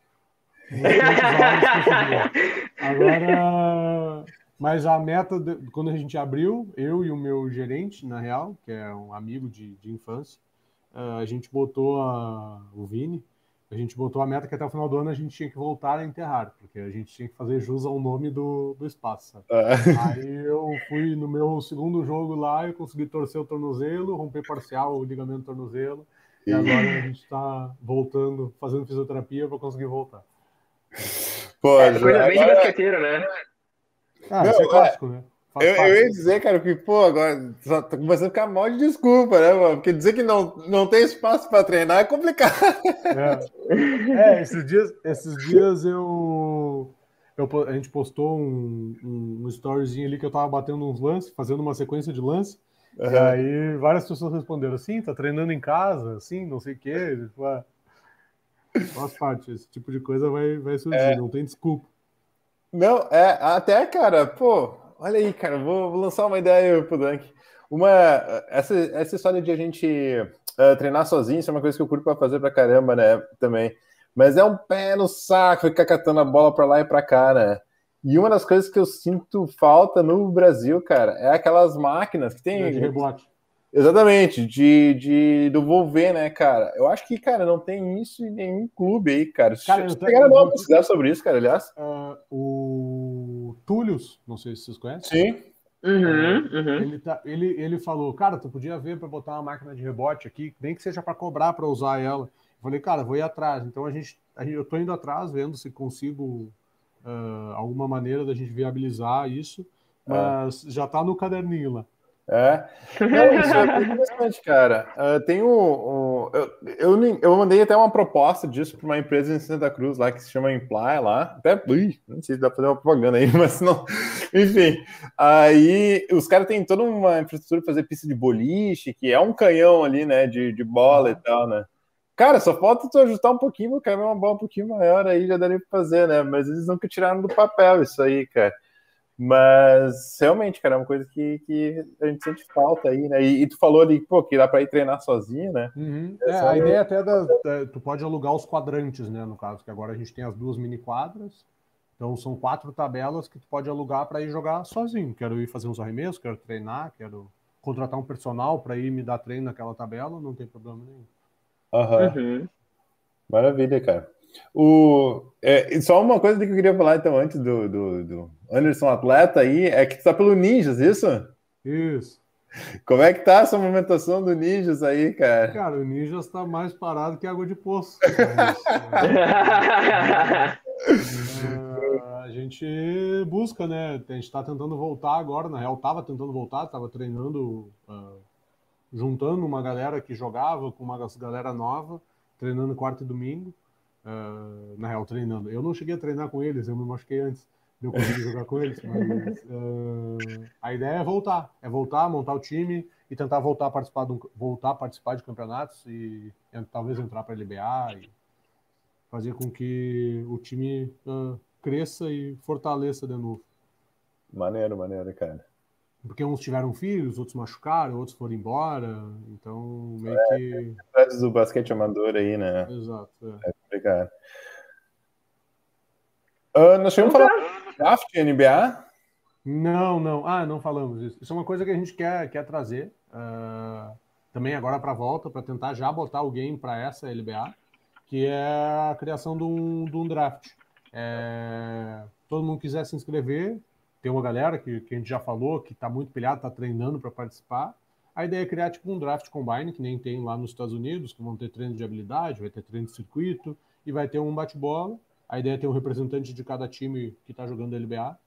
Agora, mas a meta, quando a gente abriu, eu e o meu gerente, na real, que é um amigo de infância, a gente botou o Vini, a gente botou a meta que até o final do ano a gente tinha que voltar a enterrar, porque a gente tinha que fazer jus ao nome do espaço, sabe? Aí eu fui no meu segundo jogo lá, eu consegui torcer o tornozelo, romper parcial o ligamento do tornozelo, e agora a gente está voltando, fazendo fisioterapia para conseguir voltar. Pô, coisa bem de basqueteiro, né? Isso é clássico, né? Eu ia dizer, cara, que, agora só tô começando a ficar mal de desculpa, né, mano? Porque dizer que não tem espaço para treinar é complicado. Esses dias a gente postou um storyzinho ali que eu tava batendo uns lances, fazendo uma sequência de lances, e aí várias pessoas responderam assim, tá treinando em casa, assim, não sei o quê. Faz parte, esse tipo de coisa vai surgir, não tem desculpa. Não, até, cara, olha aí, cara, vou lançar uma ideia pro Dunk. Essa história de a gente treinar sozinho, isso é uma coisa que eu curto pra fazer pra caramba, né, também. Mas é um pé no saco ficar catando a bola pra lá e pra cá, né? E uma das coisas que eu sinto falta no Brasil, cara, é aquelas máquinas que tem... De rebote. Exatamente, do Volver, né, cara? Eu acho que, cara, não tem isso em nenhum clube aí, cara. Vocês chegaram a dar uma pesquisada sobre isso, cara, aliás? O Túlios, não sei se vocês conhecem. Sim. Ele falou, cara, tu podia ver para botar uma máquina de rebote aqui, nem que seja para cobrar para usar ela. Eu falei, cara, vou ir atrás. Então eu tô indo atrás, vendo se consigo alguma maneira da gente viabilizar isso, mas já tá no caderninho lá. Não, isso é muito interessante, cara. Tem eu mandei até uma proposta disso para uma empresa em Santa Cruz lá que se chama Imply lá. Até, não sei se dá para fazer uma propaganda aí, mas não. Enfim, aí os caras têm toda uma infraestrutura para fazer pista de boliche, que é um canhão ali, né, de bola e tal, né? Cara, só falta tu ajustar um pouquinho, meu cara, uma bola um pouquinho maior aí já daria pra fazer, né? Mas eles nunca tiraram do papel isso aí, cara. Mas realmente, cara, é uma coisa que a gente sente falta aí, né? E tu falou ali, pô, que dá pra ir treinar sozinho, né? Uhum. A ideia até tu pode alugar os quadrantes, né? No caso, que agora a gente tem as 2 mini quadras. Então são 4 tabelas que tu pode alugar para ir jogar sozinho. Quero ir fazer uns arremessos, quero treinar, quero contratar um personal para ir me dar treino naquela tabela, não tem problema nenhum. Uhum. Maravilha, cara. Só uma coisa que eu queria falar, então, antes do Anderson atleta aí, é que tu tá pelo Ninjas, isso? Isso. Como é que tá essa movimentação do Ninjas aí, cara? Cara, o Ninjas tá mais parado que água de poço. A gente busca, né? A gente tá tentando voltar agora, na real, tava tentando voltar, tava treinando, juntando uma galera que jogava com uma galera nova, treinando quarta e domingo. Na real, treinando. Eu não cheguei a treinar com eles, eu me machuquei antes de eu conseguir jogar com eles, mas a ideia é voltar, montar o time e tentar voltar a participar de campeonatos e talvez entrar para a LBA e fazer com que o time cresça e fortaleça de novo. Maneiro, cara. Porque uns tiveram filhos, outros machucaram, outros foram embora, então meio que... Do basquete amador aí, né? Exato. É complicado. Nós chegamos a falar de draft NBA? Não. Não falamos isso. Isso é uma coisa que a gente quer trazer também agora para a volta, para tentar já botar alguém para essa LBA, que é a criação de um draft. Todo mundo quiser se inscrever, tem uma galera que a gente já falou, que está muito pilhado, está treinando para participar. A ideia é criar tipo um draft combine, que nem tem lá nos Estados Unidos, que vão ter treino de habilidade, vai ter treino de circuito, e vai ter um bate-bola. A ideia é ter um representante de cada time que está jogando a LBA,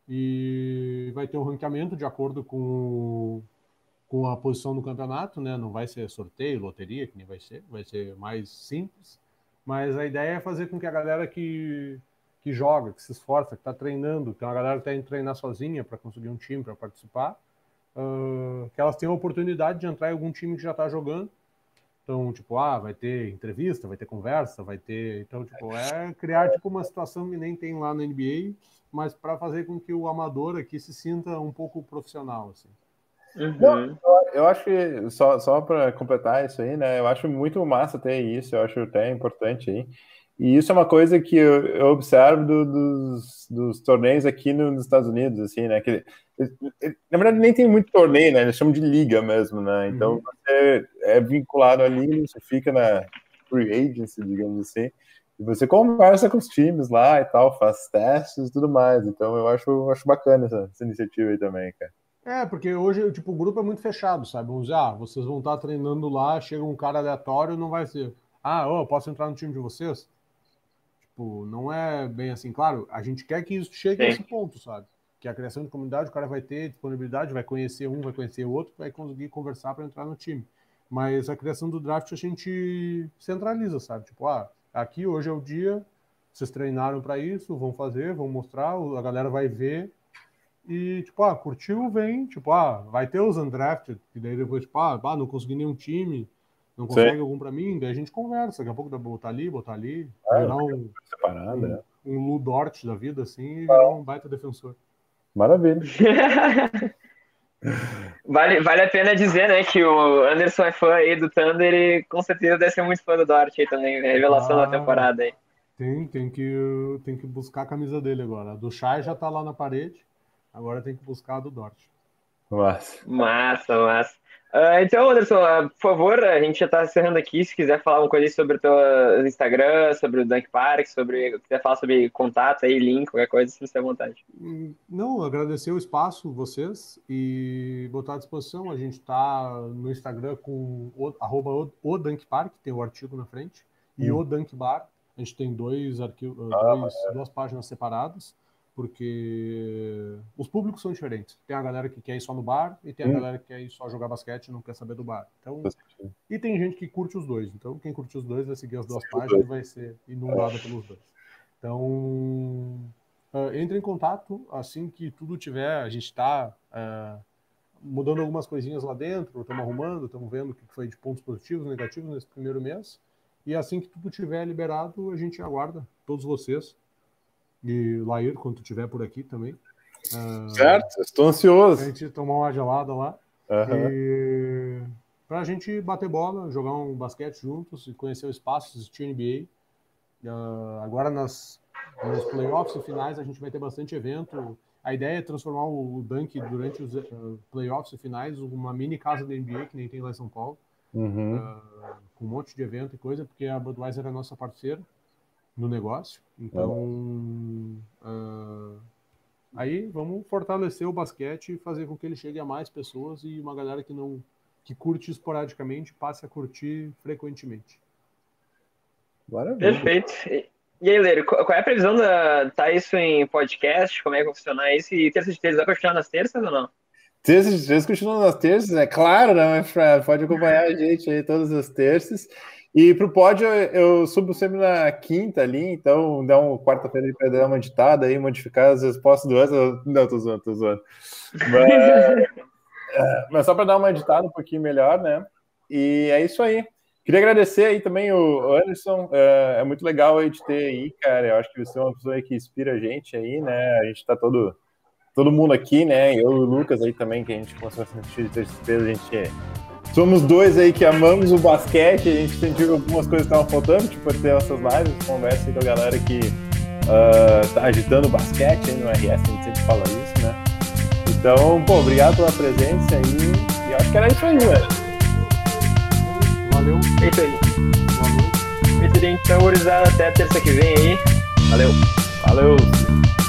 e vai ter um ranqueamento de acordo com a posição do campeonato, né? Não vai ser sorteio, loteria, que nem vai ser mais simples, mas a ideia é fazer com que a galera que joga, que se esforça, que está treinando, que é uma galera que está indo treinar sozinha para conseguir um time para participar, que elas tenham a oportunidade de entrar em algum time que já está jogando. Então, tipo, vai ter entrevista, vai ter conversa, vai ter... Então, tipo, criar tipo uma situação que nem tem lá na NBA, mas para fazer com que o amador aqui se sinta um pouco profissional, assim. Não, eu acho que, só para completar isso aí, né, eu acho muito massa ter isso, eu acho até importante aí, e isso é uma coisa que eu observo dos torneios aqui nos Estados Unidos, assim, né, que na verdade nem tem muito torneio, né, eles chamam de liga mesmo, né, então você é vinculado à liga, você fica na free agency, digamos assim, e você conversa com os times lá e tal, faz testes e tudo mais, então eu acho bacana essa iniciativa aí também, cara. Porque hoje, tipo, o grupo é muito fechado, sabe? Vamos dizer, vocês vão estar treinando lá, chega um cara aleatório, não vai ser, posso entrar no time de vocês? Tipo, não é bem assim. Claro, a gente quer que isso chegue a esse ponto, sabe? Que a criação de comunidade, o cara vai ter disponibilidade, vai conhecer um, vai conhecer o outro, vai conseguir conversar para entrar no time. Mas a criação do draft a gente centraliza, sabe? Tipo, aqui hoje é o dia, vocês treinaram para isso, vão fazer, vão mostrar, a galera vai ver. E, tipo, curtiu, vem. Tipo, vai ter os undrafted, que daí depois, tipo, não consegui nenhum time, não consegue algum pra mim, daí a gente conversa. Daqui a pouco dá pra botar ali, virar um Lu Dort da vida, assim, e virar um baita defensor. Maravilha. Vale a pena dizer, né, que o Anderson é fã aí do Thunder e com certeza deve ser muito fã do Dort aí também, né? Revelação da temporada aí. Tem que buscar a camisa dele agora. A do Shai já tá lá na parede. Agora tem que buscar a do Dort. Massa. Então, Anderson, por favor, a gente já está encerrando aqui. Se quiser falar uma coisa sobre o teu Instagram, sobre o Dunk Park, quiser falar sobre contato aí, link, qualquer coisa, se você à vontade. Não, agradecer o espaço, vocês, e botar à disposição. A gente está no Instagram com o Dunk Park, tem o artigo na frente, e o Dunk Bar. A gente tem duas páginas separadas, porque os públicos são diferentes. Tem a galera que quer ir só no bar e tem a galera que quer ir só jogar basquete e não quer saber do bar. Então, e tem gente que curte os dois. Então, quem curte os dois vai seguir as duas páginas e vai ser inundado pelos dois. Então, entre em contato assim que tudo tiver. A gente está mudando algumas coisinhas lá dentro, estamos arrumando, estamos vendo o que foi de pontos positivos, negativos nesse primeiro mês. E assim que tudo tiver liberado, a gente aguarda todos vocês. E Lair, quando tu estiver por aqui também. Certo, estou ansioso. A gente tomar uma gelada lá. E pra gente bater bola, jogar um basquete juntos e conhecer o espaço, assistir NBA. Agora nos playoffs e finais a gente vai ter bastante evento. A ideia é transformar o Dunk durante os playoffs e finais uma mini casa da NBA, que nem tem lá em São Paulo. Com um monte de evento e coisa, porque a Budweiser é a nossa parceira no negócio. Então, aí vamos fortalecer o basquete e fazer com que ele chegue a mais pessoas e uma galera que curte esporadicamente passe a curtir frequentemente. Maravilha. Perfeito. E aí, Leiro, qual é a previsão tá isso em podcast? Como é que vai funcionar isso? E terça de terça, vai continuar nas terças ou não? Terça de terça continua nas terças, é claro, né, Fred? Pode acompanhar a gente aí todas as terças. E pro pódio eu subo sempre na quinta ali, então dá uma quarta-feira para dar uma editada aí, modificar as respostas do ano. Não, tô zoando. Mas só para dar uma editada um pouquinho melhor, né? E é isso aí. Queria agradecer aí também o Anderson, é muito legal aí de ter aí, cara. Eu acho que você é uma pessoa aí que inspira a gente aí, né? A gente tá todo mundo aqui, né? Eu e o Lucas aí também, que a gente começou a sentir de terceiro, a gente somos dois aí que amamos o basquete, a gente sentiu algumas coisas que estavam faltando, tipo ter essas lives, conversa aí com a galera que tá agitando o basquete aí no RS, a gente sempre fala isso, né? Então, pô, obrigado pela presença aí, e acho que era isso aí, velho. Valeu. É isso aí. Muito bem, então, gurizada, até terça que vem aí. Valeu.